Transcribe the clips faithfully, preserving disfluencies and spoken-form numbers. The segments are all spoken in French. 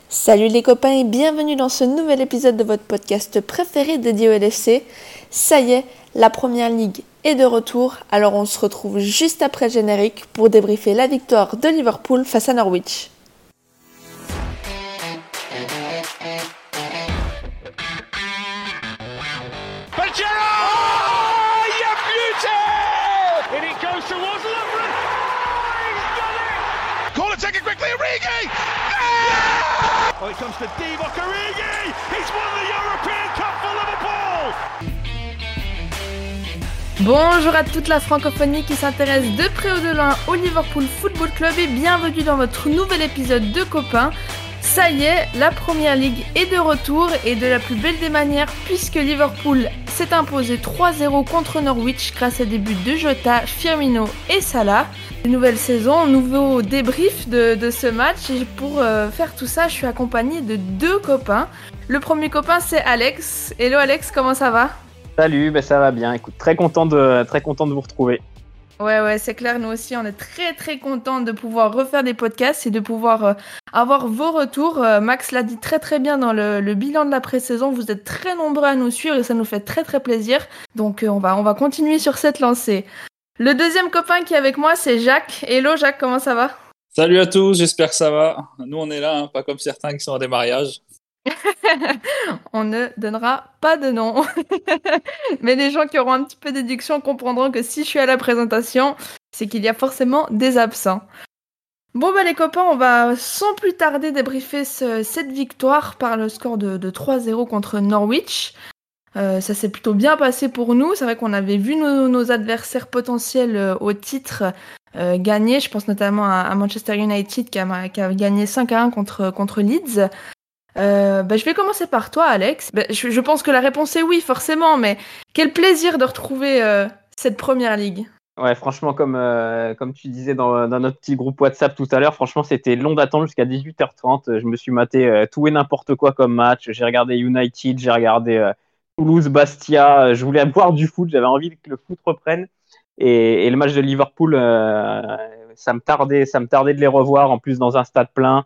Salut les copains et bienvenue dans ce nouvel épisode de votre podcast préféré dédié au L F C. Ça y est, la première ligue est de retour, alors on se retrouve juste après le générique pour débriefer la victoire de Liverpool face à Norwich. Well, it comes to Divock Origi. He's won the European Cup for Liverpool. Bonjour à toute la francophonie qui s'intéresse de près ou de loin au Liverpool Football Club et bienvenue dans votre nouvel épisode de Copains. Ça y est, la première ligue est de retour et de la plus belle des manières puisque Liverpool s'est imposé trois zéro contre Norwich grâce à des buts de Jota, Firmino et Salah. Une nouvelle saison, nouveau débrief de, de ce match et pour euh, faire tout ça, je suis accompagnée de deux copains. Le premier copain c'est Alex. Hello Alex, comment ça va ? Salut, ben ça va bien. Écoute, très content de, très content de vous retrouver. Ouais, ouais, c'est clair, nous aussi, on est très très contents de pouvoir refaire des podcasts et de pouvoir euh, avoir vos retours. Euh, Max l'a dit très très bien dans le, le bilan de la pré-saison, vous êtes très nombreux à nous suivre et ça nous fait très très plaisir. Donc euh, on va, on va continuer sur cette lancée. Le deuxième copain qui est avec moi, c'est Jacques. Hello Jacques, comment ça va ? Salut à tous, j'espère que ça va. Nous on est là, hein, pas comme certains qui sont à des mariages. On ne donnera pas de nom. Mais les gens qui auront un petit peu d'éducation comprendront que si je suis à la présentation, c'est qu'il y a forcément des absents. Bon bah les copains, on va sans plus tarder débriefer ce, cette victoire par le score de, de trois zéro contre Norwich. Euh, ça s'est plutôt bien passé pour nous. C'est vrai qu'on avait vu nos, nos adversaires potentiels euh, au titre euh, gagner. Je pense notamment à, à Manchester United qui a, qui a gagné cinq à un contre, contre Leeds. Euh, bah, je vais commencer par toi, Alex. Bah, je, je pense que la réponse est oui, forcément, mais quel plaisir de retrouver euh, cette première ligue. Ouais, franchement, comme, euh, comme tu disais dans, dans notre petit groupe WhatsApp tout à l'heure, franchement, c'était long d'attendre jusqu'à dix-huit heures trente. Je me suis maté euh, tout et n'importe quoi comme match. J'ai regardé United, j'ai regardé euh, Toulouse, Bastia. Je voulais voir du foot, j'avais envie que le foot reprenne. Et, et le match de Liverpool, euh, ça me tardait, ça me tardait de les revoir, en plus dans un stade plein.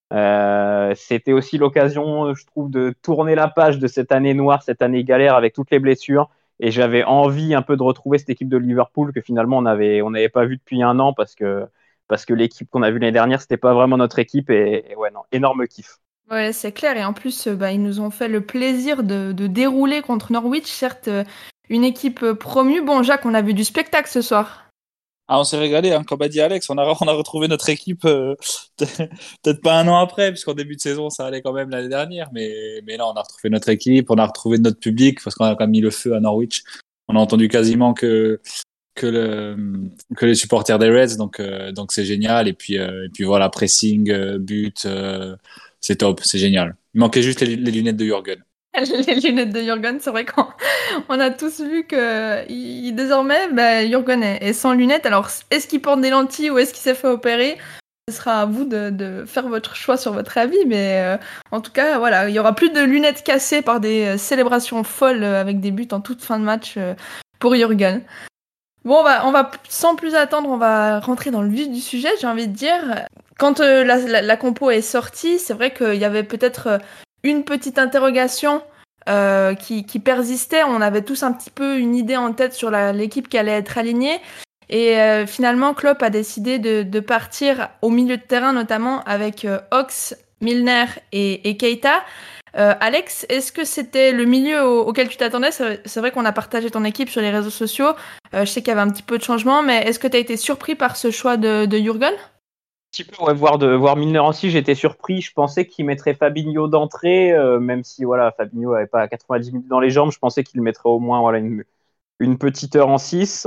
Euh, c'était aussi l'occasion, je trouve, de tourner la page de cette année noire, cette année galère avec toutes les blessures. Et j'avais envie un peu de retrouver cette équipe de Liverpool que finalement on avait, on n'avait pas vu depuis un an parce que, parce que l'équipe qu'on a vue l'année dernière, c'était pas vraiment notre équipe. Et, et ouais, non, énorme kiff. Ouais, c'est clair. Et en plus, bah, ils nous ont fait le plaisir de, de dérouler contre Norwich. Certes, une équipe promue. Bon, Jacques, on a vu du spectacle ce soir. Ah, on s'est régalé, hein. Comme a dit Alex, on a, on a retrouvé notre équipe euh, peut-être pas un an après, puisqu'en début de saison ça allait quand même l'année dernière, mais, mais là on a retrouvé notre équipe, on a retrouvé notre public, parce qu'on a quand même mis le feu à Norwich. On a entendu quasiment que, que, le, que les supporters des Reds, donc euh, donc c'est génial. Et puis, euh, et puis voilà, pressing, euh, but, euh, c'est top, c'est génial. Il manquait juste les, les lunettes de Jürgen. Les lunettes de Jürgen, c'est vrai qu'on on a tous vu que il, désormais, bah, Jürgen est, est sans lunettes. Alors, est-ce qu'il porte des lentilles ou est-ce qu'il s'est fait opérer ? Ce sera à vous de, de faire votre choix sur votre avis, mais euh, en tout cas, voilà, il y aura plus de lunettes cassées par des euh, célébrations folles euh, avec des buts en toute fin de match euh, pour Jürgen. Bon, on va, on va sans plus attendre, on va rentrer dans le vif du sujet. J'ai envie de dire, quand euh, la, la, la compo est sortie, c'est vrai qu'il y avait peut-être euh, une petite interrogation euh, qui, qui persistait. On avait tous un petit peu une idée en tête sur la, l'équipe qui allait être alignée. Et euh, finalement, Klopp a décidé de, de partir au milieu de terrain, notamment avec euh, Ox, Milner et, et Keita. Euh, Alex, est-ce que c'était le milieu au, auquel tu t'attendais ? c'est, c'est vrai qu'on a partagé ton équipe sur les réseaux sociaux. Euh, je sais qu'il y avait un petit peu de changement, mais est-ce que tu as été surpris par ce choix de, de Jürgen ? Un petit peu, ouais, voir, de, voir Milner aussi, j'étais surpris. Je pensais qu'il mettrait Fabinho d'entrée, euh, même si voilà, Fabinho n'avait pas quatre-vingt-dix minutes dans les jambes. Je pensais qu'il mettrait au moins voilà, une, une petite heure en six.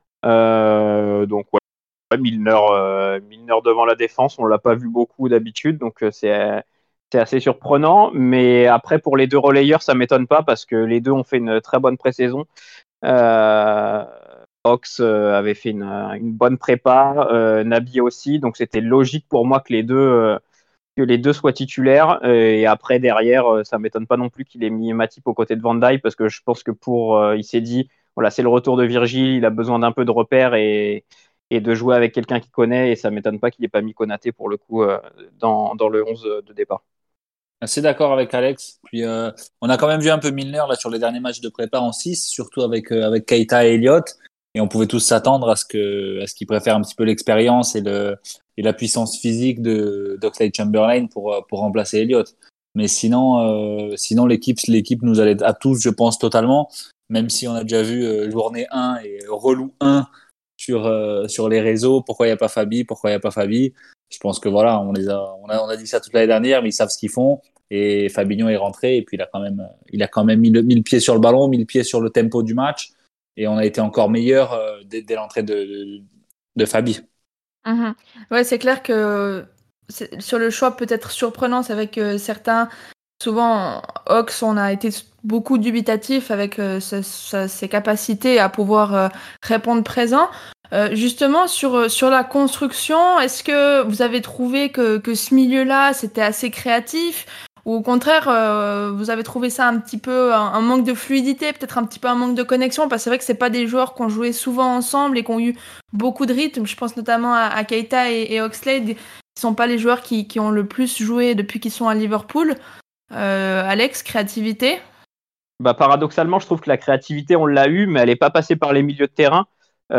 Euh, donc ouais, Milner, euh, Milner devant la défense, on l'a pas vu beaucoup d'habitude, donc euh, c'est, c'est assez surprenant. Mais après, pour les deux relayeurs, ça m'étonne pas parce que les deux ont fait une très bonne pré-saison. Euh, Ox euh, avait fait une, une bonne prépa, euh, Naby aussi, donc c'était logique pour moi que les deux, euh, que les deux soient titulaires. Euh, et après, derrière, euh, ça m'étonne pas non plus qu'il ait mis Matip aux côtés de Van Dijk parce que je pense que pour, euh, il s'est dit, voilà, c'est le retour de Virgil, il a besoin d'un peu de repères et, et de jouer avec quelqu'un qu'il connaît. Et ça m'étonne pas qu'il ait pas mis Konaté pour le coup euh, dans, dans le onze de départ. Assez d'accord avec Alex. Puis euh, on a quand même vu un peu Milner là sur les derniers matchs de prépa en six, surtout avec euh, avec Keita et Elliott. Et on pouvait tous s'attendre à ce que à ce qu'il préfère un petit peu l'expérience et le et la puissance physique de d'Oxlade-Chamberlain pour euh, pour remplacer Elliott. Mais sinon euh, sinon l'équipe l'équipe nous allait à tous, je pense totalement. Même si on a déjà vu euh, journée un et relou un sur euh, sur les réseaux. Pourquoi il y a pas Fabi? Pourquoi il y a pas Fabi? Je pense que voilà, on les a, on a, on a dit ça toute l'année dernière, mais ils savent ce qu'ils font. Et Fabinho est rentré et puis il a quand même, il a quand même mis le, mis le pied sur le ballon, mis le pied sur le tempo du match. Et on a été encore meilleur euh, dès, dès l'entrée de, de, de Fabi. Mhm. Ouais, c'est clair que c'est- sur le choix peut-être surprenant, c'est avec euh, certains. Souvent, Ox, on a été beaucoup dubitatif avec euh, sa- sa- ses capacités à pouvoir euh, répondre présent. Euh, justement, sur, euh, sur la construction, est-ce que vous avez trouvé que, que ce milieu-là, c'était assez créatif? Ou au contraire, euh, vous avez trouvé ça un petit peu un, un manque de fluidité, peut-être un petit peu un manque de connexion? Parce que c'est vrai que c'est pas des joueurs qui ont joué souvent ensemble et qui ont eu beaucoup de rythme. Je pense notamment à, à Keita et, et Oxlade, qui sont pas les joueurs qui, qui ont le plus joué depuis qu'ils sont à Liverpool. Euh, Alex, créativité? Bah, paradoxalement, je trouve que la créativité, on l'a eu, mais elle n'est pas passée par les milieux de terrain.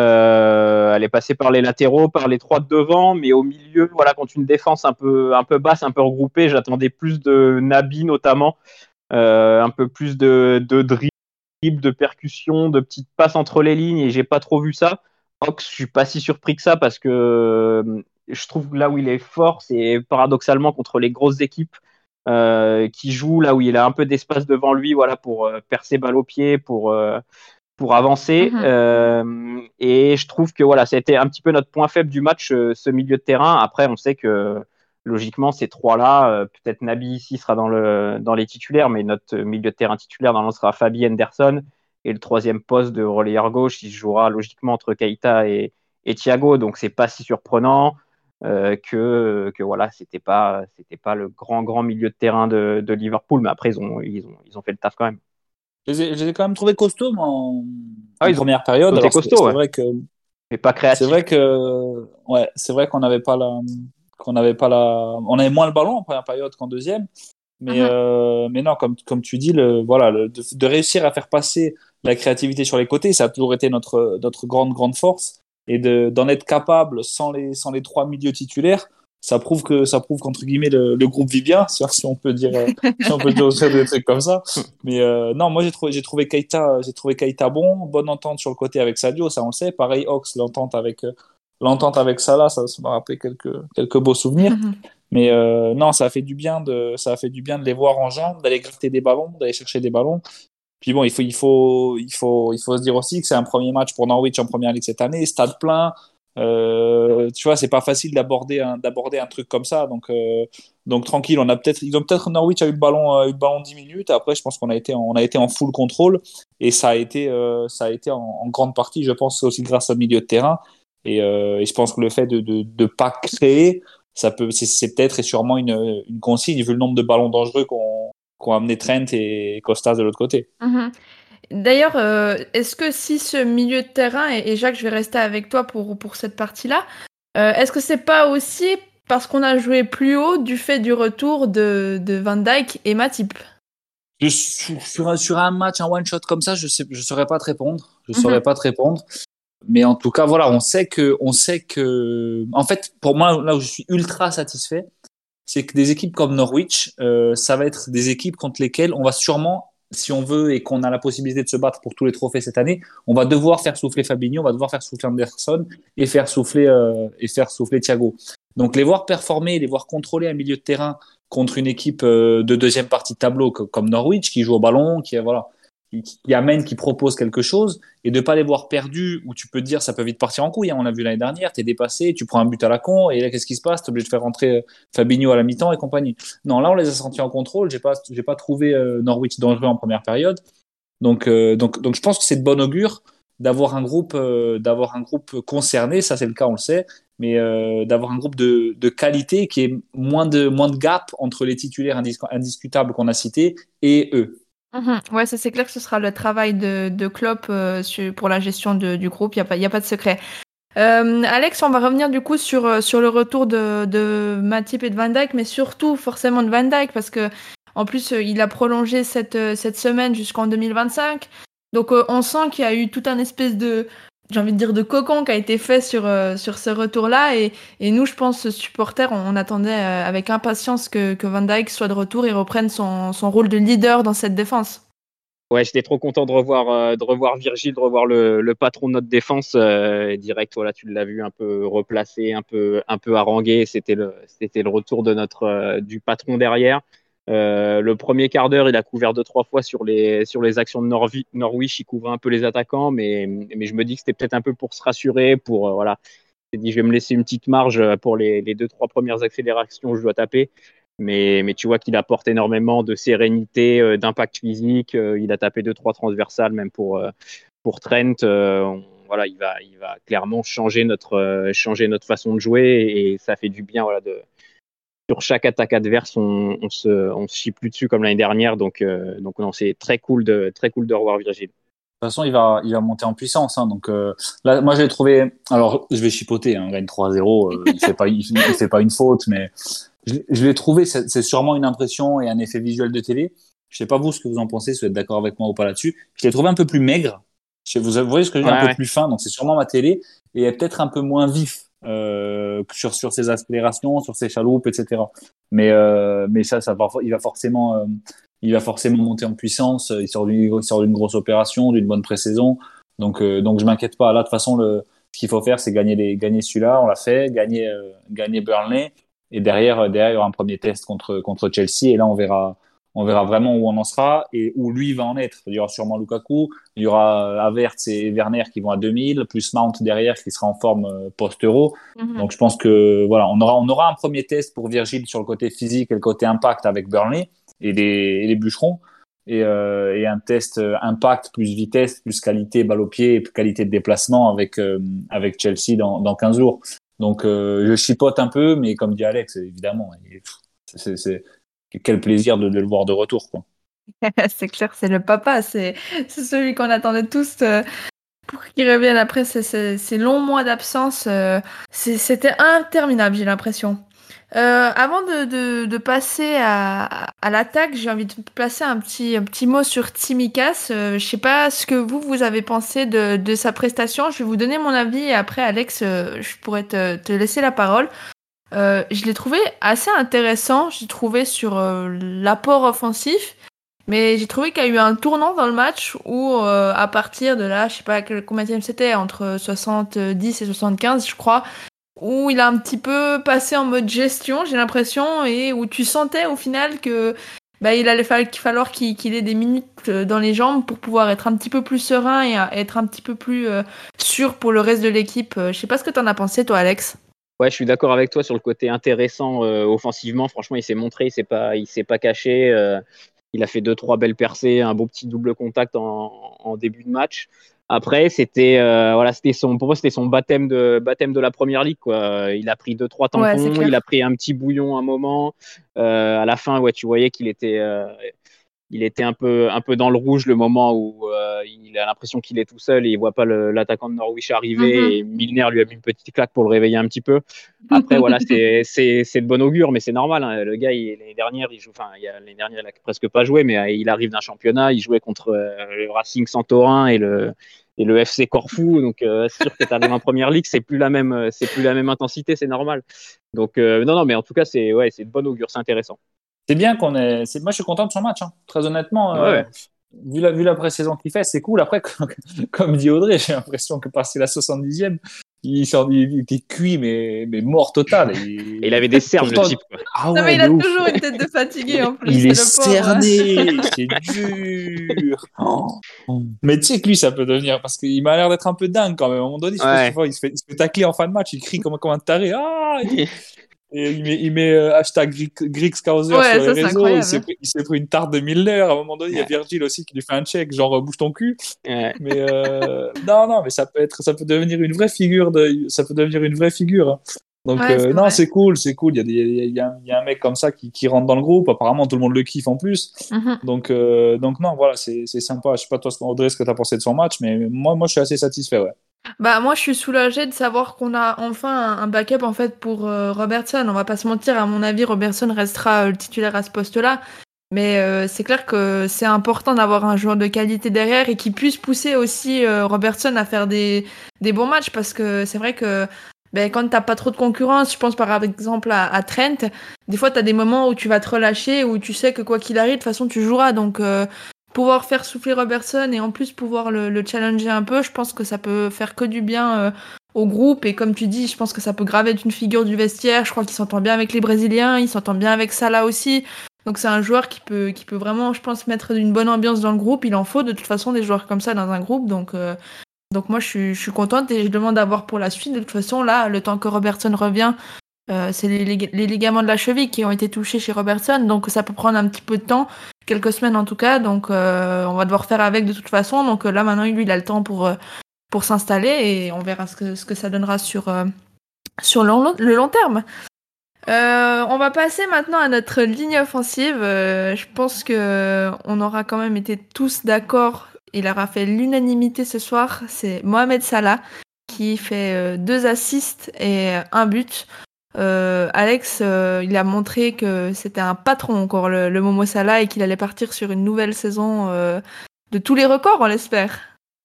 Euh, elle est passée par les latéraux, par les trois de devant, mais au milieu, voilà, contre une défense un peu, un peu basse, un peu regroupée, j'attendais plus de Naby notamment, euh, un peu plus de, de dribble, de percussion, de petites passes entre les lignes, et j'ai pas trop vu ça. Ox, je suis pas si surpris que ça parce que euh, je trouve que là où il est fort, c'est paradoxalement contre les grosses équipes euh, qui joue là où il a un peu d'espace devant lui, voilà, pour euh, percer balle au pied, pour euh, pour avancer. Mhm. Euh, et je trouve que voilà, ça a été un petit peu notre point faible du match, euh, ce milieu de terrain. Après, on sait que logiquement, ces trois-là, euh, peut-être Naby ici sera dans le dans les titulaires, mais notre milieu de terrain titulaire normalement sera Fabi Henderson. Et le troisième poste de relayeur gauche, il se jouera logiquement entre Keita et, et Thiago. Donc c'est pas si surprenant. Euh, que, que voilà, c'était pas, c'était pas le grand, grand milieu de terrain de, de Liverpool, mais après, ils ont, ils, ont, ils ont fait le taf quand même. Je les ai, je les ai quand même trouvés costauds moi, en, Ah, en ils ont première période. été Alors c'est, costauds, c'est ouais, vrai que mais pas c'est créatifs. vrai que ouais, c'est vrai qu'on n'avait pas la qu'on n'avait pas la on avait moins le ballon en première période qu'en deuxième. Mais, Mhm. euh, mais non, comme, comme tu dis, le, voilà, le, de, de réussir à faire passer la créativité sur les côtés, ça a toujours été notre, notre grande, grande force. Et de, d'en être capable sans les, sans les trois milieux titulaires, ça prouve que, ça prouve qu'entre guillemets, le, le groupe vit bien, si si on peut dire, euh, si on peut dire des trucs comme ça. Mais euh, non, moi, j'ai trouvé, j'ai trouvé Keita, j'ai trouvé Keita bon, bonne entente sur le côté avec Sadio, ça on le sait. Pareil, Ox, l'entente avec, euh, l'entente avec Salah, ça, ça m'a rappelé quelques, quelques beaux souvenirs. Mais euh, non, ça a fait du bien de, ça a fait du bien de les voir en jambes, d'aller gratter des ballons, d'aller chercher des ballons. Puis bon, il faut, il faut, il faut, il faut se dire aussi que c'est un premier match pour Norwich en première ligue cette année, stade plein. Euh, tu vois, c'est pas facile d'aborder un, d'aborder un truc comme ça. Donc, euh, donc tranquille, on a peut-être, ils ont peut-être Norwich a eu le ballon, a eu le ballon dix minutes. Après, je pense qu'on a été, en, on a été en full contrôle et ça a été, euh, ça a été en, en grande partie, je pense, aussi grâce au milieu de terrain. Et, euh, et je pense que le fait de, de, de pas créer, ça peut, c'est, c'est peut-être et sûrement une, une consigne vu le nombre de ballons dangereux qu'ont, qu'ont amené Trent et Costas de l'autre côté. Mhm. D'ailleurs, euh, est-ce que si ce milieu de terrain, et, et Jacques, je vais rester avec toi pour, pour cette partie-là, euh, est-ce que c'est pas aussi parce qu'on a joué plus haut du fait du retour de, de Van Dijk et Matip? Je, sur, un, sur un match, un one-shot comme ça, je sais, je saurais pas te répondre. Je Mhm. saurais pas te répondre. Mais en tout cas, voilà, on sait que, on sait que, en fait, pour moi, là où je suis ultra satisfait, c'est que des équipes comme Norwich, euh, ça va être des équipes contre lesquelles on va sûrement, si on veut et qu'on a la possibilité de se battre pour tous les trophées cette année, on va devoir faire souffler Fabinho, on va devoir faire souffler Anderson et faire souffler euh, et faire souffler Thiago. Donc les voir performer, les voir contrôler un milieu de terrain contre une équipe euh, de deuxième partie de tableau comme Norwich qui joue au ballon, qui voilà, qui, qui amène, qui propose quelque chose, et de pas les voir perdus où tu peux te dire ça peut vite partir en couille. Hein. On l'a vu l'année dernière, t'es dépassé, tu prends un but à la con et là qu'est-ce qui se passe? T'es obligé de faire rentrer Fabinho à la mi-temps et compagnie. Non, là on les a sentis en contrôle. J'ai pas, j'ai pas trouvé euh, Norwich dangereux en première période. Donc, euh, donc, donc je pense que c'est de bon augure d'avoir un groupe, euh, d'avoir un groupe concerné. Ça c'est le cas, on le sait, mais euh, d'avoir un groupe de, de qualité qui est moins de moins de gap entre les titulaires indis- indiscutables qu'on a cités et eux. Mhm. Ouais, ça c'est clair que ce sera le travail de, de Klopp euh, sur- pour la gestion de- du groupe, il n'y a pas, y a pas de secret. Euh, Alex, on va revenir du coup sur, sur le retour de, de Matip et de Van Dijk, mais surtout forcément de Van Dijk, parce que en plus il a prolongé cette, cette semaine jusqu'en deux mille vingt-cinq. Donc euh, on sent qu'il y a eu tout un espèce de, j'ai envie de dire, de cocon qui a été fait sur, euh, sur ce retour-là. Et, et nous, je pense, supporters, on, on attendait euh, avec impatience que, que Van Dijk soit de retour et reprenne son, son rôle de leader dans cette défense. Ouais, j'étais trop content de revoir, euh, de revoir Virgil, de revoir le, le patron de notre défense euh, direct. Voilà, tu l'as vu un peu replacé, un peu, un peu harangué. C'était le, c'était le retour de notre, euh, du patron derrière. Euh, le premier quart d'heure, il a couvert deux trois fois sur les, sur les actions de Norvi- Norwich. Il couvrait un peu les attaquants, mais, mais je me dis que c'était peut-être un peu pour se rassurer, pour euh, voilà. J'ai dit, je vais me laisser une petite marge pour les, les deux trois premières accélérations que je dois taper. Mais, mais tu vois qu'il apporte énormément de sérénité, euh, d'impact physique. Euh, il a tapé deux, trois transversales, même pour, euh, pour Trent. Euh, on, voilà, il va, il va clairement changer notre, euh, changer notre façon de jouer et ça fait du bien. Voilà, de, sur chaque attaque adverse, on, on se, on se chie plus dessus comme l'année dernière. Donc, euh, donc non, c'est très cool de, très cool de revoir Virgil. De toute façon, il va, il va monter en puissance. Hein, donc euh, là, moi, je l'ai trouvé. Alors, je vais chipoter. Hein, on gagne trois zéro. Euh, il fait pas, il, il fait pas une faute, mais je, je l'ai trouvé. C'est, c'est sûrement une impression et un effet visuel de télé. Je sais pas vous ce que vous en pensez, si vous êtes d'accord avec moi ou pas là-dessus. Je l'ai trouvé un peu plus maigre. Je, vous, vous voyez ce que je dis, Ouais, un peu ouais. plus fin. Donc, c'est sûrement ma télé et peut-être un peu moins vif euh, sur sur ses accélérations, sur ses chaloupes, et cetera. Mais euh, mais ça, ça va, il va forcément. Euh, Il va forcément monter en puissance. Il sort d'une, il sort d'une grosse opération, d'une bonne pré-saison. Donc, euh, donc je m'inquiète pas. Là, de toute façon, le, ce qu'il faut faire, c'est gagner les, gagner celui-là. On l'a fait. Gagner, euh, gagner Burnley. Et derrière, derrière, il y aura un premier test contre, contre Chelsea. Et là, on verra, on verra vraiment où on en sera et où lui va en être. Il y aura sûrement Lukaku. Il y aura Havertz et Werner qui vont à deux mille, plus Mount derrière qui sera en forme euh, post-Euro. Mm-hmm. Donc, je pense que, voilà, on aura, on aura un premier test pour Virgil sur le côté physique et le côté impact avec Burnley. Et les, et les bûcherons et, euh, et un test impact plus vitesse plus qualité balle au pied et plus qualité de déplacement avec euh, avec Chelsea dans dans quinze jours. Donc euh, je chipote un peu, mais comme dit Alex, évidemment, c'est, c'est quel plaisir de, de le voir de retour, quoi. C'est clair, c'est le papa, c'est c'est celui qu'on attendait tous euh, pour qu'il revienne après ces, ces, ces longs mois d'absence. Euh, c'est, c'était interminable, j'ai l'impression. Euh, avant de, de, de passer à, à l'attaque, j'ai envie de placer un petit, un petit mot sur Tsimikas. Euh, je sais pas ce que vous, vous avez pensé de, de sa prestation. Je vais vous donner mon avis et après, Alex, euh, je pourrais te, te laisser la parole. Euh, je l'ai trouvé assez intéressant. J'ai trouvé sur euh, l'apport offensif. Mais j'ai trouvé qu'il y a eu un tournant dans le match où, euh, à partir de là, je sais pas combien c'était, entre soixante-dix et soixante-quinze, je crois, où il a un petit peu passé en mode gestion, j'ai l'impression, et où tu sentais au final que bah, il allait falloir qu'il, qu'il ait des minutes dans les jambes pour pouvoir être un petit peu plus serein et être un petit peu plus euh, sûr pour le reste de l'équipe. Je sais pas ce que t'en as pensé, toi, Alex. Ouais, je suis d'accord avec toi sur le côté intéressant euh, offensivement. Franchement, il s'est montré, il s'est pas, il s'est pas caché. Euh, il a fait deux, trois belles percées, un beau petit double contact en, en début de match. Après, c'était, euh, voilà, c'était son, pour moi, c'était son baptême de, baptême de la première ligue, quoi. Il a pris deux, trois tampons, ouais, il a pris un petit bouillon un moment. Euh, à la fin, ouais, tu voyais qu'il était, euh, il était un peu, un peu dans le rouge le moment où euh, il a l'impression qu'il est tout seul et il voit pas le, l'attaquant de Norwich arriver. Mm-hmm. Et Milner lui a mis une petite claque pour le réveiller un petit peu. Après, voilà, c'est, c'est, c'est de bon augure, mais c'est normal. Hein. Le gars, il, l'année dernière, il joue, enfin, il a, l'année dernière, il a presque pas joué, mais il arrive d'un championnat. Il jouait contre euh, le Racing Santorin et le, et le F C Corfou. Donc, euh, c'est sûr que tu arrives en première ligue, c'est plus la même, c'est plus la même intensité, c'est normal. Donc, euh, non, non, mais en tout cas, c'est, ouais, c'est de bon augure, c'est intéressant. C'est bien qu'on ait. C'est... Moi, je suis content de son match. Hein. Très honnêtement, euh, ouais. vu la vu la pré-saison qu'il fait, c'est cool. Après, comme dit Audrey, j'ai l'impression que passé la soixante-dixième, il sort, il était cuit, mais mais mort total. Et, et il avait des cernes, pourtant... le type. Quoi. Ah ouais, non, mais il a ouf. toujours une tête de fatigué en plus. Il est, est cerné, c'est dur. Oh. Mais tu sais que lui, ça peut devenir parce qu'il m'a l'air d'être un peu dingue quand même. À un moment donné, ouais. il, se fait, il se fait tacler en fin de match, il crie comme comme un taré. Ah. Et il met, il met euh, hashtag Grixcauser ouais, sur ça, les réseaux. Il s'est, pris, il s'est pris une tarte de Milner. À un moment donné, il y a Virgil aussi qui lui fait un check, genre bouge ton cul. Ouais. Mais euh, non, non, mais ça peut être, ça peut devenir une vraie figure de, ça peut devenir une vraie figure. Hein. Donc ouais, euh, c'est non, vrai. c'est cool, c'est cool. Il y a des, il y a, il y a un mec comme ça qui, qui rentre dans le groupe. Apparemment, tout le monde le kiffe en plus. Mm-hmm. Donc, euh, donc non, voilà, c'est, c'est sympa. Je sais pas toi, Audrey, ce que t'as pensé de son match, mais moi, moi, je suis assez satisfait, ouais. Bah moi je suis soulagée de savoir qu'on a enfin un un backup en fait pour euh, Robertson. On va pas se mentir, à mon avis Robertson restera euh, le titulaire à ce poste-là. Mais euh, c'est clair que c'est important d'avoir un joueur de qualité derrière et qui puisse pousser aussi euh, Robertson à faire des, des bons matchs parce que c'est vrai que ben, quand t'as pas trop de concurrence, je pense par exemple à, à Trent, des fois t'as des moments où tu vas te relâcher, où tu sais que quoi qu'il arrive, de toute façon tu joueras. Donc euh, pouvoir faire souffler Robertson et en plus pouvoir le, le challenger un peu, je pense que ça peut faire que du bien euh, au groupe. Et comme tu dis, je pense que ça peut grave être une figure du vestiaire. Je crois qu'il s'entend bien avec les Brésiliens, il s'entend bien avec Salah aussi. Donc c'est un joueur qui peut, qui peut vraiment, je pense, mettre une bonne ambiance dans le groupe. Il en faut de toute façon des joueurs comme ça dans un groupe. Donc, euh, donc moi, je suis, je suis contente et je demande d'avoir pour la suite. De toute façon, là, le temps que Robertson revient, euh, c'est les, lig- les ligaments de la cheville qui ont été touchés chez Robertson. Donc ça peut prendre un petit peu de temps, quelques semaines en tout cas. Donc euh, on va devoir faire avec de toute façon. Donc euh, là, maintenant, lui, il a le temps pour, euh, pour s'installer et on verra ce que, ce que ça donnera sur, euh, sur le long, le long terme. Euh, on va passer maintenant à notre ligne offensive. Euh, je pense que on aura quand même été tous d'accord. Il aura fait l'unanimité ce soir. C'est Mohamed Salah qui fait euh, deux assists et un but. Euh, Alex, euh, il a montré que c'était un patron encore le, le Momo Salah et qu'il allait partir sur une nouvelle saison euh, de tous les records, on l'espère.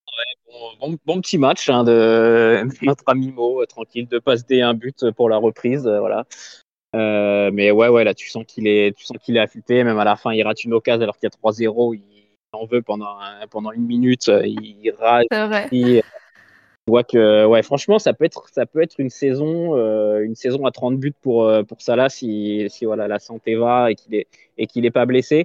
Bon, bon, bon petit match hein, de notre ami Mo, euh, tranquille, deux passes D, un but pour la reprise, euh, voilà. Euh, mais ouais, ouais, là, tu sens qu'il est, tu sens qu'il est affûté. Même à la fin, il rate une occasion alors qu'il y a trois zéro. Il en veut pendant, un- pendant une minute. Il rate. C'est vrai. Il voit que, ouais, franchement, ça peut être, ça peut être une saison, euh, une saison à trente buts pour, euh, pour Salah si, si voilà, la santé va et qu'il est, et qu'il est pas blessé.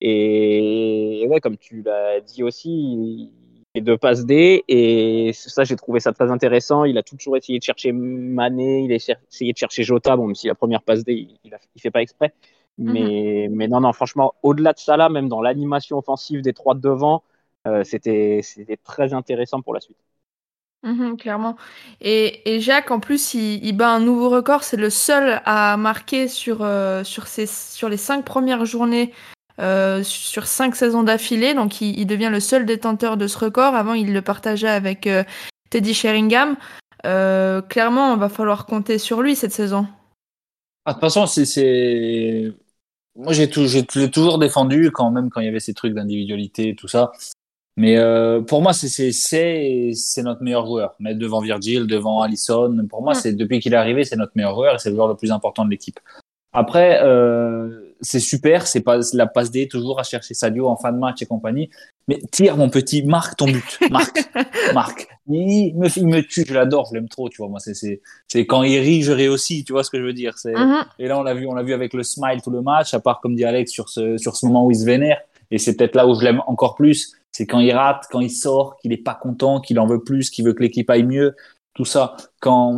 Et, et ouais, comme tu l'as dit aussi, il fait deux passes D. Et ça, j'ai trouvé ça très intéressant. Il a toujours essayé de chercher Mané, il a essayé de chercher Jota. Bon, même si la première passe D, il, il, a, il fait pas exprès. Mhm. Mais, mais non, non, franchement, au-delà de ça, là, même dans l'animation offensive des trois de devant, euh, c'était, c'était très intéressant pour la suite. Mhm, clairement. Et, et Jacques, en plus, il, il bat un nouveau record. C'est le seul à marquer sur, euh, sur, ses, sur les cinq premières journées, euh, sur cinq saisons d'affilée. Donc, il, il devient le seul détenteur de ce record. Avant, il le partageait avec euh, Teddy Sheringham. Euh, clairement, on va falloir compter sur lui cette saison. Ah, de toute façon, c'est, c'est... moi j'ai tout, j'ai, je l'ai toujours défendu quand même quand il y avait ces trucs d'individualité et tout ça. Mais euh, pour moi, c'est c'est c'est c'est notre meilleur joueur. Mettre devant Virgil, devant Alisson. Pour moi, Mm. c'est depuis qu'il est arrivé, c'est notre meilleur joueur et c'est le joueur le plus important de l'équipe. Après, euh, c'est super, c'est pas la passe D toujours à chercher Sadio en fin de match et compagnie. Mais tire mon petit, marque ton but, marque, marque. Il me, il me tue, je l'adore, je l'aime trop, tu vois. Moi, c'est c'est c'est quand il rit, je ris aussi, tu vois ce que je veux dire. C'est Mhm. et là on l'a vu, on l'a vu avec le smile tout le match, à part comme dit Alex sur ce sur ce moment où il se vénère. Et c'est peut-être là où je l'aime encore plus, c'est quand il rate, quand il sort, qu'il est pas content, qu'il en veut plus, qu'il veut que l'équipe aille mieux, tout ça. Quand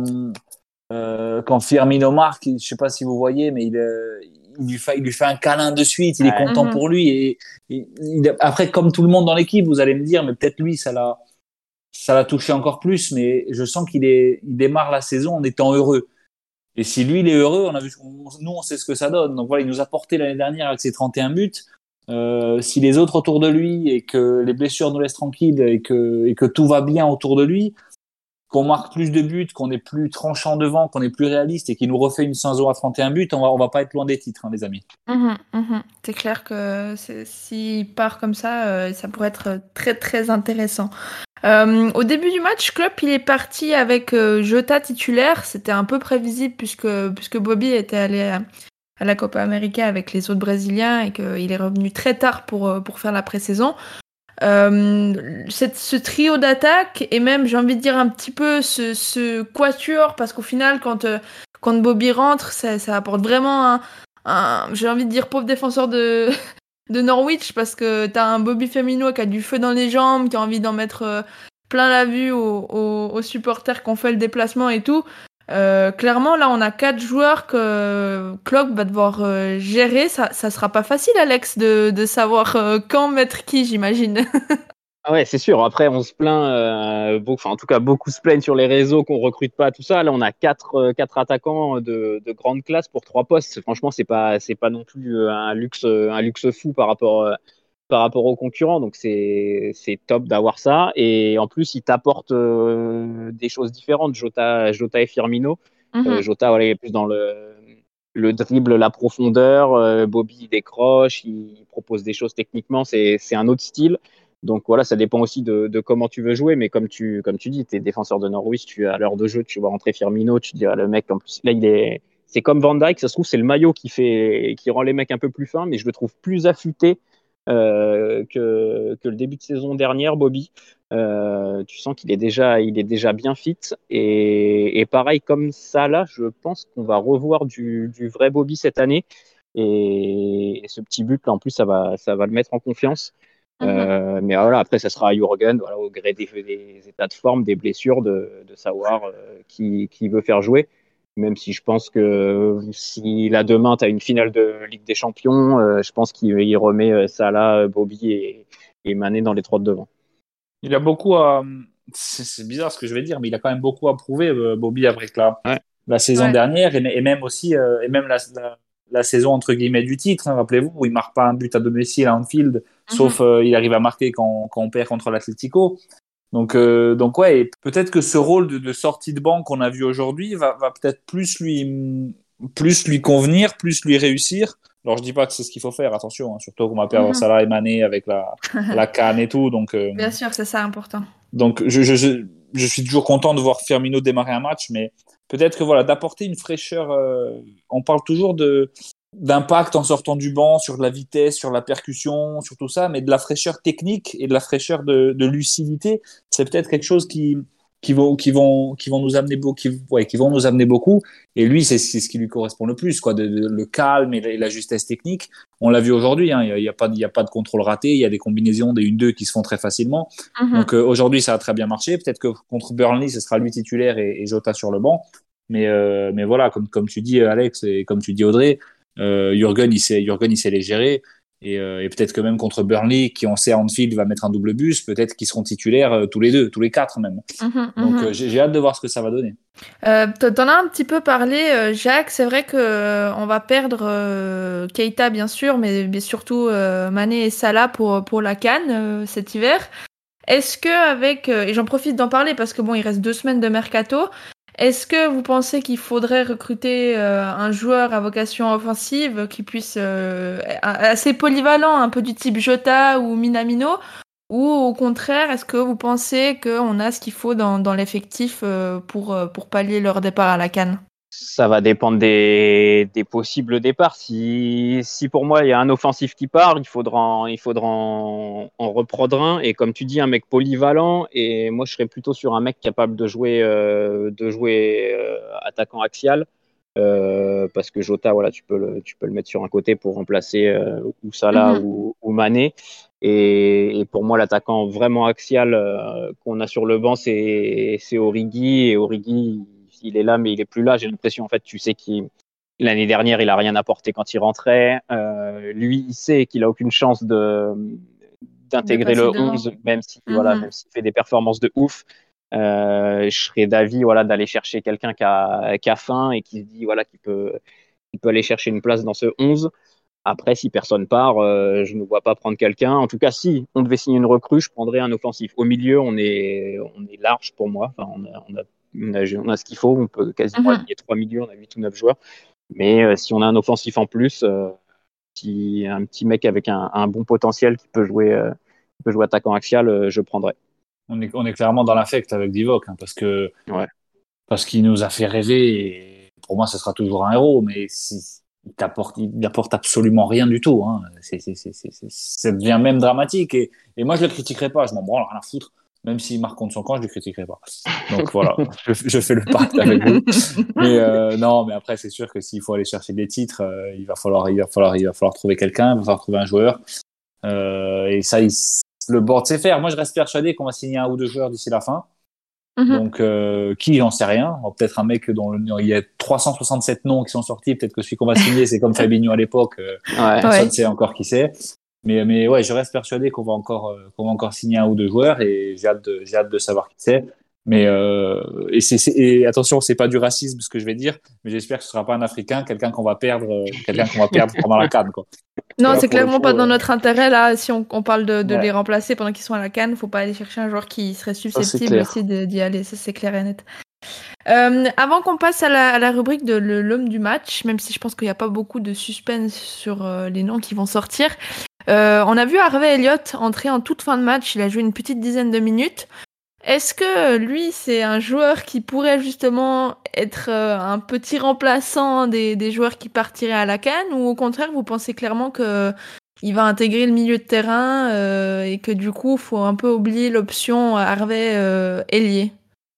euh, quand Firmino marque, je sais pas si vous voyez, mais il, euh, il, lui fait, il lui fait un câlin de suite, il est Ouais. content Mhm. pour lui. Et, et il, après, comme tout le monde dans l'équipe, vous allez me dire, mais peut-être lui, ça l'a, ça l'a touché encore plus. Mais je sens qu'il est, il démarre la saison en étant heureux. Et si lui, il est heureux, on a vu, on, nous, on sait ce que ça donne. Donc voilà, il nous a porté l'année dernière avec ses trente et un buts. Euh, si les autres autour de lui et que les blessures nous laissent tranquilles et que, et que tout va bien autour de lui, qu'on marque plus de buts, qu'on est plus tranchant devant, qu'on est plus réaliste et qu'il nous refait une saison à trente et un buts, on va, on va pas être loin des titres, hein, les amis. Mhm, mhm. C'est clair que c'est- s'il part comme ça, euh, ça pourrait être très très intéressant. Euh, au début du match, Klopp il est parti avec euh, Jota titulaire. C'était un peu prévisible puisque puisque Bobby était allé à, à la Copa América avec les autres Brésiliens et qu'il est revenu très tard pour euh, pour faire la pré-saison. Euh, cette- ce trio d'attaque et même j'ai envie de dire un petit peu ce, ce quatuor parce qu'au final quand euh, quand Bobby rentre, ça, ça apporte vraiment un, un- j'ai envie de dire pauvre défenseur de de Norwich parce que t'as un Bobby Firmino qui a du feu dans les jambes, qui a envie d'en mettre euh, plein la vue aux, aux- aux supporters qui ont fait le déplacement et tout. Euh, clairement, là, on a quatre joueurs que Klopp va devoir euh, gérer. Ça, ça sera pas facile, Alex, de, de savoir euh, quand mettre qui, j'imagine. Ah ouais, c'est sûr. Après, on se plaint, euh, beaucoup, enfin, en tout cas, beaucoup se plaignent sur les réseaux qu'on recrute pas, tout ça. Là, on a quatre, euh, quatre attaquants de, de grande classe pour trois postes. Franchement, c'est pas, c'est pas non plus euh, un luxe, euh, un luxe fou par rapport, euh, par rapport aux concurrents. Donc, c'est, c'est top d'avoir ça. Et en plus, il t'apporte euh, des choses différentes, Jota, Jota et Firmino. Mhm. Euh, Jota, voilà, il est plus dans le, le dribble, la profondeur. Euh, Bobby, il décroche, il propose des choses techniquement. C'est, c'est un autre style. Donc voilà, ça dépend aussi de, de comment tu veux jouer. Mais comme tu, comme tu dis, tu es défenseur de Norwich, tu à l'heure de jeu, tu vois rentrer Firmino, tu te dis, ah, le mec, en plus, là, il est. C'est comme Van Dijk, ça se trouve, c'est le maillot qui, fait, qui rend les mecs un peu plus fins, mais je le trouve plus affûté euh, que, que le début de saison dernière, Bobby. Euh, tu sens qu'il est déjà, il est déjà bien fit. Et, et pareil, comme ça, là, je pense qu'on va revoir du, du vrai Bobby cette année. Et, et ce petit but, là, en plus, ça va, ça va le mettre en confiance. Mhm. Euh, mais voilà, après, ça sera à Jürgen, voilà, au gré des, des états de forme, des blessures, de, de savoir euh, qui, qui veut faire jouer. Même si je pense que si là demain tu as une finale de Ligue des Champions, euh, je pense qu'il il remet euh, Salah, Bobby et, et Mané dans les trois de devant. Il a beaucoup à. C'est, c'est bizarre ce que je vais dire, mais il a quand même beaucoup à prouver, euh, Bobby, avec la, Ouais. la saison Ouais. dernière et, et même aussi euh, et même la, la, la saison entre guillemets du titre. Hein, rappelez-vous, où il marque pas un but à domicile à Anfield, sauf Mhm. euh, il arrive à marquer quand, quand on perd contre l'Atlético. Donc, euh, donc ouais, et peut-être que ce rôle de, de sortie de banc qu'on a vu aujourd'hui va, va peut-être plus lui, plus lui convenir, plus lui réussir. Alors je dis pas que c'est ce qu'il faut faire, attention, hein, surtout qu'on va perdre Mhm. Salah et Mané avec la, la canne et tout. Donc, euh, Bien sûr, c'est ça important. donc je, je, je, je suis toujours content de voir Firmino démarrer un match, mais peut-être que voilà, d'apporter une fraîcheur. Euh, on parle toujours de d'impact en sortant du banc sur de la vitesse, sur la percussion, sur tout ça, mais de la fraîcheur technique et de la fraîcheur de, de lucidité, c'est peut-être quelque chose qui qui vont qui vont qui vont nous amener beaucoup, qui, ouais, qui vont nous amener beaucoup. Et lui, c'est, c'est ce qui lui correspond le plus, quoi, de, de, le calme et la, et la justesse technique. On l'a vu aujourd'hui, hein, il y a, y a pas il y a pas de contrôle raté, il y a des combinaisons des un deux qui se font très facilement. Mhm. Donc euh, aujourd'hui, ça a très bien marché. Peut-être que contre Burnley, ce sera lui titulaire et, et Jota sur le banc. Mais euh, mais voilà, comme comme tu dis Alex et comme tu dis Audrey. Euh, Jürgen, il sait, Jürgen, il sait les gérer. Et, euh, et peut-être que même contre Burnley, qui on sait à Anfield va mettre un double bus, peut-être qu'ils seront tiketteurs euh, tous les deux, tous les quatre même. Mhm. Donc Mhm. euh, j'ai, j'ai hâte de voir ce que ça va donner. Euh, t- T'en as un petit peu parlé, euh, Jacques. C'est vrai que euh, on va perdre euh, Keita, bien sûr, mais, mais surtout euh, Mané et Salah pour, pour la CAN euh, cet hiver. Est-ce que avec euh, et j'en profite d'en parler parce que bon, il reste deux semaines de mercato. Est-ce que vous pensez qu'il faudrait recruter euh, un joueur à vocation offensive qui puisse euh, assez polyvalent, un peu du type Jota ou Minamino, ou au contraire, est-ce que vous pensez qu'on a ce qu'il faut dans, dans l'effectif euh, pour, euh, pour pallier leur départ à la CAN? Ça va dépendre des, des possibles départs. Si, si pour moi il y a un offensif qui part, il faudra, en, il faudra en, en reprendre un. Et comme tu dis, un mec polyvalent. Et moi, je serais plutôt sur un mec capable de jouer, euh, de jouer euh, attaquant axial. Euh, parce que Jota, voilà, tu peux le, tu peux le mettre sur un côté pour remplacer euh, ou Salah Mhm. ou, ou Mané. Et, et pour moi, l'attaquant vraiment axial euh, qu'on a sur le banc, c'est, c'est Origi. Et Origi, il est là, mais il est plus là. J'ai l'impression, en fait, tu sais qu'il l'année dernière, il a rien apporté quand il rentrait. Euh, lui, il sait qu'il a aucune chance de De d'intégrer passer le devant. onze, même si Mhm. voilà, même s'il fait des performances de ouf. Euh, je serais d'avis, voilà, d'aller chercher quelqu'un qui a, qui a faim et qui se dit, voilà, qui peut, qui peut aller chercher une place dans ce onze. Après, si personne part, euh, je ne vois pas prendre quelqu'un. En tout cas, si on devait signer une recrue, je prendrais un offensif. Au milieu, on est, on est large pour moi. Enfin, on a, on a, on a, on a ce qu'il faut. On peut quasiment Mhm. aligner trois milieux. On a huit ou neuf joueurs. Mais euh, si on a un offensif en plus, euh, si un petit mec avec un, un bon potentiel qui peut jouer, euh, qui peut jouer attaquant axial, euh, je prendrais. On est, on est clairement dans l'affect avec Divock, hein, parce que Ouais. parce qu'il nous a fait rêver. Et pour moi, ce sera toujours un héros, mais si, il t'apporte, il n'apporte absolument rien du tout. Hein. C'est, c'est, c'est, c'est, c'est, ça devient même dramatique. Et, et moi, je le critiquerai pas. Je m'en branle, rien à foutre. Même s'il marque contre son camp, je le critiquerai pas. Donc voilà, je, je fais le pacte avec vous. Mais euh, non, mais après, c'est sûr que s'il faut aller chercher des titres, euh, il va falloir, il va falloir, il va falloir trouver quelqu'un, il va falloir trouver un joueur. Euh, et ça, il, le board sait faire. Moi, je reste persuadé qu'on va signer un ou deux joueurs d'ici la fin. Mhm. Donc, euh, qui, j'en sais rien. Peut-être un mec dont le, il y a trois cent soixante-sept noms qui sont sortis. Peut-être que celui qu'on va signer, c'est comme Fabinho à l'époque. Euh, Ouais. personne ne Ouais. sait encore qui c'est. Mais, mais ouais, je reste persuadé qu'on va encore, euh, qu'on va encore signer un ou deux joueurs et j'ai hâte de, j'ai hâte de savoir qui c'est. Mais euh, et, c'est, c'est, et attention, c'est pas du racisme ce que je vais dire, mais j'espère que ce sera pas un Africain, quelqu'un qu'on va perdre, euh, quelqu'un qu'on va perdre pendant la CAN, quoi. Non, là, c'est pour le clairement coup, pas dans euh, notre intérêt là. Si on, on parle de, de ouais, les remplacer pendant qu'ils sont à la CAN, faut pas aller chercher un joueur qui serait ça c'est susceptible clair. aussi de- d'y aller. Ça, c'est clair et net. Euh, avant qu'on passe à la, à la rubrique de le- l'homme du match, même si je pense qu'il n'y a pas beaucoup de suspense sur euh, les noms qui vont sortir, euh, on a vu Harvey Elliott entrer en toute fin de match. Il a joué une petite dizaine de minutes. Est-ce que lui, c'est un joueur qui pourrait justement être euh, un petit remplaçant des, des joueurs qui partiraient à la CAN, ou au contraire, vous pensez clairement que il va intégrer le milieu de terrain euh, et que du coup, faut un peu oublier l'option Harvey euh, ailier?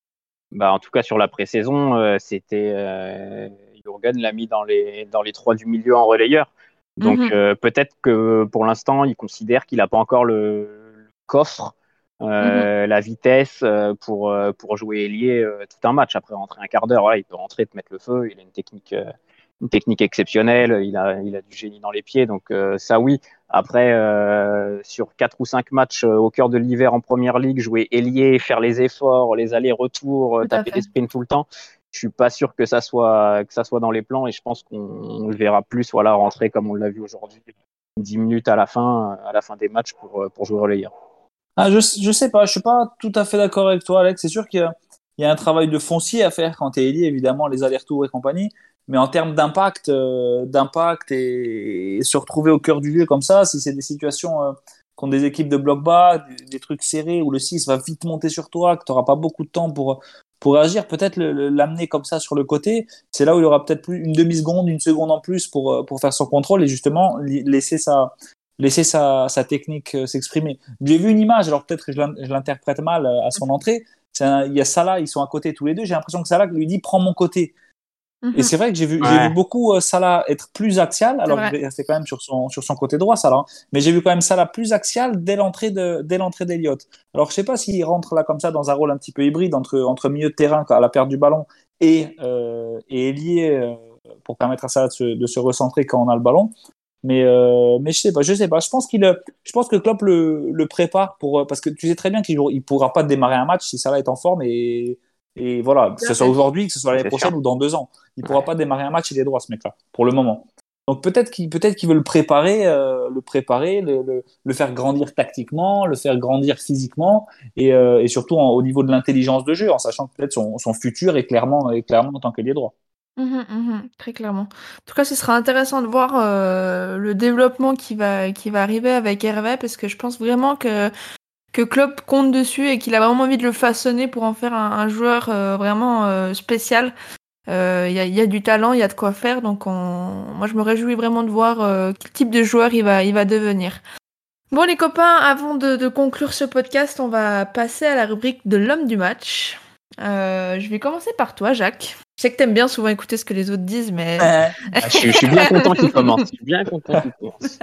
Bah, en tout cas, sur la pré-saison, euh, c'était euh, Jürgen l'a mis dans les, dans les trois du milieu en relayeur. Donc Mhm, euh, peut-être que pour l'instant, il considère qu'il n'a pas encore le, le coffre, mhm, euh, la vitesse euh, pour, euh, pour jouer ailier euh, tout un match. Après rentrer un quart d'heure, voilà, il peut rentrer, te mettre le feu. Il a une technique, euh, une technique exceptionnelle. Il a, il a du génie dans les pieds. Donc euh, ça, oui. Après, euh, sur quatre ou cinq matchs euh, au cœur de l'hiver en première ligue, jouer ailier, faire les efforts, les allers-retours, euh, tout à taper fait. des sprints tout le temps, je suis pas sûr que ça soit que ça soit dans les plans, et je pense qu'on le verra plus, voilà, rentrer comme on l'a vu aujourd'hui, dix minutes à la fin, à la fin des matchs pour pour jouer relayeur. Ah, je, je sais pas, je suis pas tout à fait d'accord avec toi, Alex. C'est sûr qu'il y a, il y a un travail de foncier à faire quand tu es ailier, évidemment, les allers-retours et compagnie. Mais en termes d'impact, euh, d'impact et, et se retrouver au cœur du jeu comme ça, si c'est des situations euh, contre des équipes de bloc bas, des, des trucs serrés où le six va vite monter sur toi, que tu n'auras pas beaucoup de temps pour, pour réagir, peut-être le- le- l'amener comme ça sur le côté, c'est là où il aura peut-être plus une demi-seconde, une seconde en plus pour, euh, pour faire son contrôle et justement li- laisser sa, laisser sa, sa technique euh, s'exprimer. J'ai vu une image, alors peut-être que je l'in- je l'interprète mal euh, à son entrée. C'est un- il y a Salah, ils sont à côté tous les deux. J'ai l'impression que Salah lui dit prends mon côté. Et Mhm, c'est vrai que j'ai vu, j'ai vu Ouais. beaucoup euh, Salah être plus axial, c'est alors vrai. qu'il restait quand même sur son, sur son côté droit, Salah. Hein. Mais j'ai vu quand même Salah plus axial dès l'entrée de, dès l'entrée d'Eliott. Alors je sais pas s'il rentre là comme ça dans un rôle un petit peu hybride entre, entre milieu de terrain à la perte du ballon et, euh, et ailier euh, pour permettre à Salah de se, de se recentrer quand on a le ballon. Mais, euh, mais je sais pas, je sais pas. Je pense qu'il, je pense que Klopp le, le prépare pour, parce que tu sais très bien qu'il ne pourra pas démarrer un match si Salah est en forme et, et voilà, que Tout ce à soit fait. aujourd'hui, que ce soit l'année C'est prochaine sûr. ou dans deux ans. Il pourra Ouais. pas démarrer un match, il est droit, ce mec-là, pour le moment. Donc peut-être qu'il, peut-être qu'il veut le préparer, euh, le préparer, le, le, le faire grandir tactiquement, le faire grandir physiquement et, euh, et surtout en- au niveau de l'intelligence de jeu, en sachant que peut-être son, son futur est clairement, est clairement en tant qu'ailier droit. Mhm, mhm, très clairement. En tout cas, ce sera intéressant de voir euh, le développement qui va, qui va arriver avec Hervé, parce que je pense vraiment que, que Klopp compte dessus et qu'il a vraiment envie de le façonner pour en faire un, un joueur euh, vraiment euh, spécial. Euh, Il y a, il y a du talent, il y a de quoi faire, donc on... moi je me réjouis vraiment de voir euh, quel type de joueur il va, il va devenir. Bon les copains, avant de, de conclure ce podcast, on va passer à la rubrique de l'homme du match. Euh, je vais commencer par toi, Jacques. Je sais que t'aimes bien souvent écouter ce que les autres disent, mais... Ah, je, suis, je suis bien content qu'il commence. Je suis bien content qu'il commence.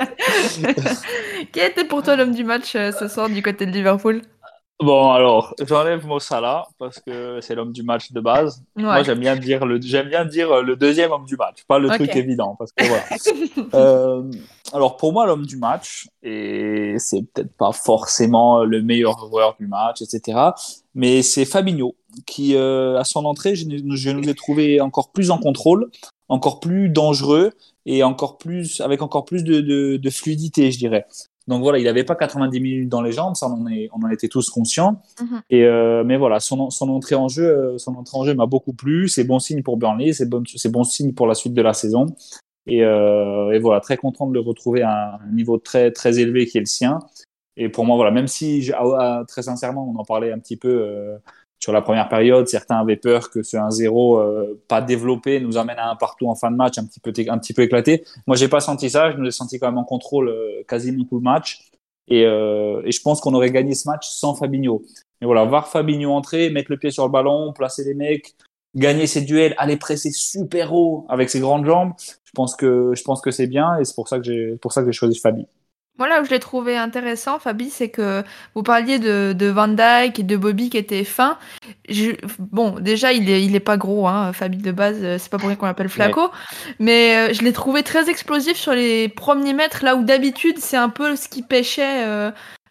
Qui était pour toi l'homme du match euh, ce soir du côté de Liverpool? Bon, alors, j'enlève Mo Salah parce que c'est l'homme du match de base. Moi, Ouais, j'aime bien dire le, j'aime bien dire le deuxième homme du match, pas le truc ok. évident, parce que voilà. Euh, alors, pour moi, l'homme du match, et c'est peut-être pas forcément le meilleur joueur du match, et cetera, mais c'est Fabinho qui, euh, à son entrée, je, je nous ai trouvé encore plus en contrôle, encore plus dangereux et encore plus, avec encore plus de, de, de fluidité, je dirais. Donc voilà, il n'avait pas quatre-vingt-dix minutes dans les jambes, ça on en, est, on en était tous conscients. Mhm. Et euh, mais voilà, son, son entrée en jeu, euh, son entrée en jeu m'a beaucoup plu. C'est bon signe pour Burnley, c'est bon, c'est bon signe pour la suite de la saison. Et, euh, et voilà, très content de le retrouver à un niveau très très élevé qui est le sien. Et pour moi, voilà, même si ah, ah, très sincèrement, on en parlait un petit peu euh, sur la première période, certains avaient peur que ce un zéro euh, pas développé nous amène à un partout en fin de match, un petit peu un petit peu éclaté. Moi, j'ai pas senti ça. Je nous ai senti quand même en contrôle euh, quasiment tout le match. Et, euh, et je pense qu'on aurait gagné ce match sans Fabinho. Mais voilà, voir Fabinho entrer, mettre le pied sur le ballon, placer les mecs, gagner ses duels, aller presser super haut avec ses grandes jambes, je pense que je pense que c'est bien et c'est pour ça que j'ai pour ça que j'ai choisi Fabi. Voilà où je l'ai trouvé intéressant, Fabi, c'est que vous parliez de, de Van Dijk et de Bobby qui étaient fins. Je- bon, déjà, il est, il est pas gros, hein, Fabi de base, euh, c'est pas pour rien qu'on l'appelle Ouais. Flaco. Mais euh, je l'ai trouvé très explosif sur les premiers mètres, là où d'habitude, c'est un peu ce qui pêchait euh,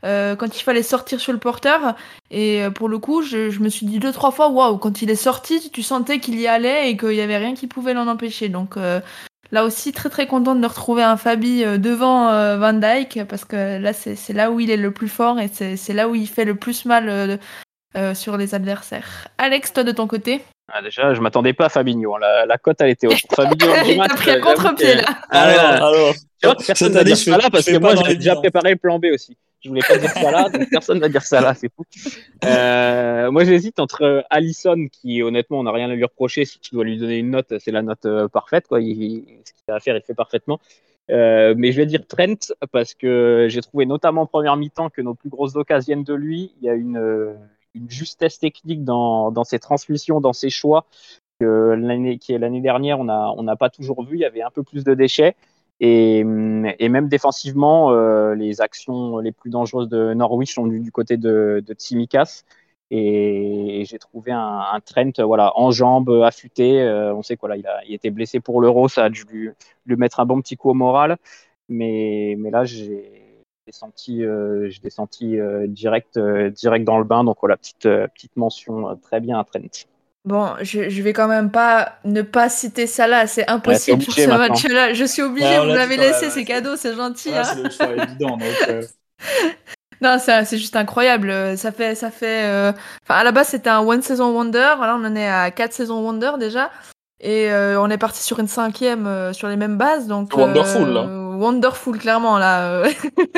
euh, quand il fallait sortir sur le porteur. Et euh, pour le coup, je, je me suis dit deux, trois fois, waouh, quand il est sorti, tu sentais qu'il y allait et qu'il y avait rien qui pouvait l'en empêcher. Donc euh, là aussi, très très contente de retrouver un Fabi euh, devant euh, Van Dijk, parce que là, c'est, c'est là où il est le plus fort et c'est, c'est là où il fait le plus mal euh, euh, sur les adversaires. Alex, toi de ton côté? Ah, déjà, je m'attendais pas à Fabinho. hein. La, la cote, elle était haute. Fabinho en Il match, t'a pris à j'avoue contre-pied que- là. Ah, ouais, Alors, alors, tu vois que personne cette va année, dire je fais- ça là parce je fais que moi, pas dans j'avais les déjà bilans. préparé le plan B aussi. Je voulais pas dire ça là, donc personne va dire ça là, c'est fou. Euh, moi, j'hésite entre Alisson, qui honnêtement, on n'a rien à lui reprocher. Si tu dois lui donner une note, c'est la note euh, parfaite. Quoi. Il, il- ce qu'il a à faire, il fait parfaitement. Euh, mais je vais dire Trent parce que j'ai trouvé notamment en première mi-temps que nos plus grosses occasions viennent de lui. Il y a une, euh, une justesse technique dans, dans ses transmissions, dans ses choix que l'année qui est l'année dernière, on a on n'a pas toujours vu. Il y avait un peu plus de déchets et, et même défensivement, euh, les actions les plus dangereuses de Norwich sont du, du côté de, de Tsimikas. Et, et j'ai trouvé un, un Trent voilà en jambes, affûté. Euh, on sait quoi là, il a il était blessé pour l'Euro, ça a dû lui, lui mettre un bon petit coup au moral. Mais mais là j'ai j'ai senti euh, je l'ai senti euh, direct euh, direct dans le bain. Donc voilà, petite euh, petite mention euh, très bien à Trent. Bon, je, je vais quand même pas ne pas citer Salah, c'est Ouais, c'est impossible sur obligé ce maintenant. match-là. Je suis obligée, Ouais, on vous l'a dit l'avez quand même, laissé, ouais, c'est c'est- cadeau, c'est gentil. Là, hein. c'est le choix évident. Donc, euh, Non, ça, c'est juste incroyable. Euh, Ça fait, ça fait. euh, Enfin, à la base, c'était un one season wonder. Là, on en est à quatre saisons wonder déjà, et euh, on est parti sur une cinquième euh, sur les mêmes bases. Donc C'est wonderful, là. euh, wonderful, clairement là. euh.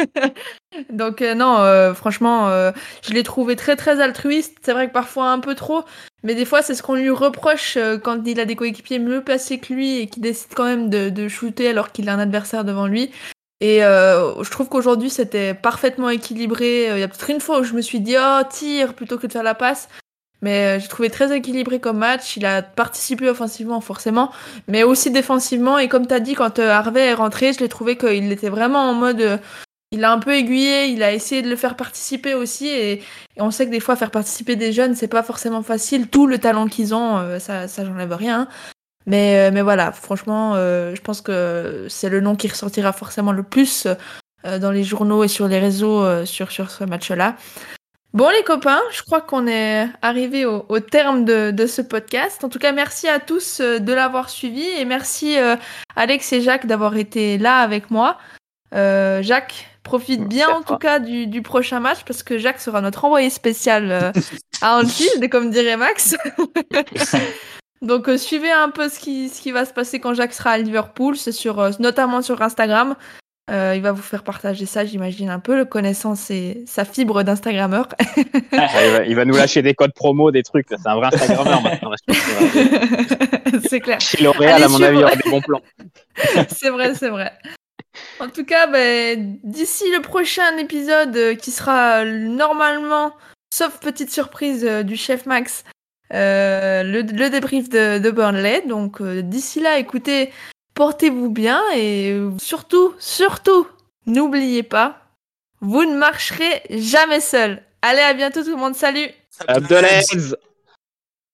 Donc euh, non, euh, franchement, euh, je l'ai trouvé très très altruiste. C'est vrai que parfois un peu trop, mais des fois c'est ce qu'on lui reproche euh, quand il a des coéquipiers mieux placés que lui et qui décide quand même de, de shooter alors qu'il a un adversaire devant lui. Et euh, je trouve qu'aujourd'hui c'était parfaitement équilibré. Il y a peut-être une fois où je me suis dit oh tire plutôt que de faire la passe, mais euh, j'ai trouvé très équilibré comme match. Il a participé offensivement forcément, mais aussi défensivement. Et comme t'as dit, quand euh, Harvey est rentré, je l'ai trouvé qu'il était vraiment en mode euh, il a un peu aiguillé, il a essayé de le faire participer aussi, et, et on sait que des fois faire participer des jeunes c'est pas forcément facile. Tout le talent qu'ils ont, euh, ça, ça j'enlève rien. hein. Mais, euh, mais voilà, franchement, euh, je pense que c'est le nom qui ressortira forcément le plus euh, dans les journaux et sur les réseaux euh, sur, sur ce match-là. Bon les copains, je crois qu'on est arrivé au, au terme de, de ce podcast. En tout cas, merci à tous euh, de l'avoir suivi et merci euh, Alex et Jacques d'avoir été là avec moi. Euh, Jacques, profite Merci bien à en toi. tout cas du, du prochain match parce que Jacques sera notre envoyé spécial euh, à Anfield, comme dirait Max. Donc euh, suivez un peu ce qui, ce qui va se passer quand Jacques sera à Liverpool, c'est sur, euh, notamment sur Instagram. Euh, il va vous faire partager ça, j'imagine un peu, le connaissant ses, sa fibre d'Instagrammeur. Ah, il, va, il va nous lâcher des codes promo, des trucs. C'est un vrai Instagrammeur maintenant. Je pense qu'il va- C'est clair. Chez L'Oréal, Allez à mon suivre. avis, il y aura des bons plans. C'est vrai, c'est vrai. En tout cas, ben, d'ici le prochain épisode euh, qui sera euh, normalement, sauf petite surprise euh, du chef Max, euh, le, le débrief de, de Burnley. Donc euh, d'ici là, écoutez, portez-vous bien et euh, surtout, surtout, n'oubliez pas, vous ne marcherez jamais seul. Allez, à bientôt tout le monde, salut! Abdelaziz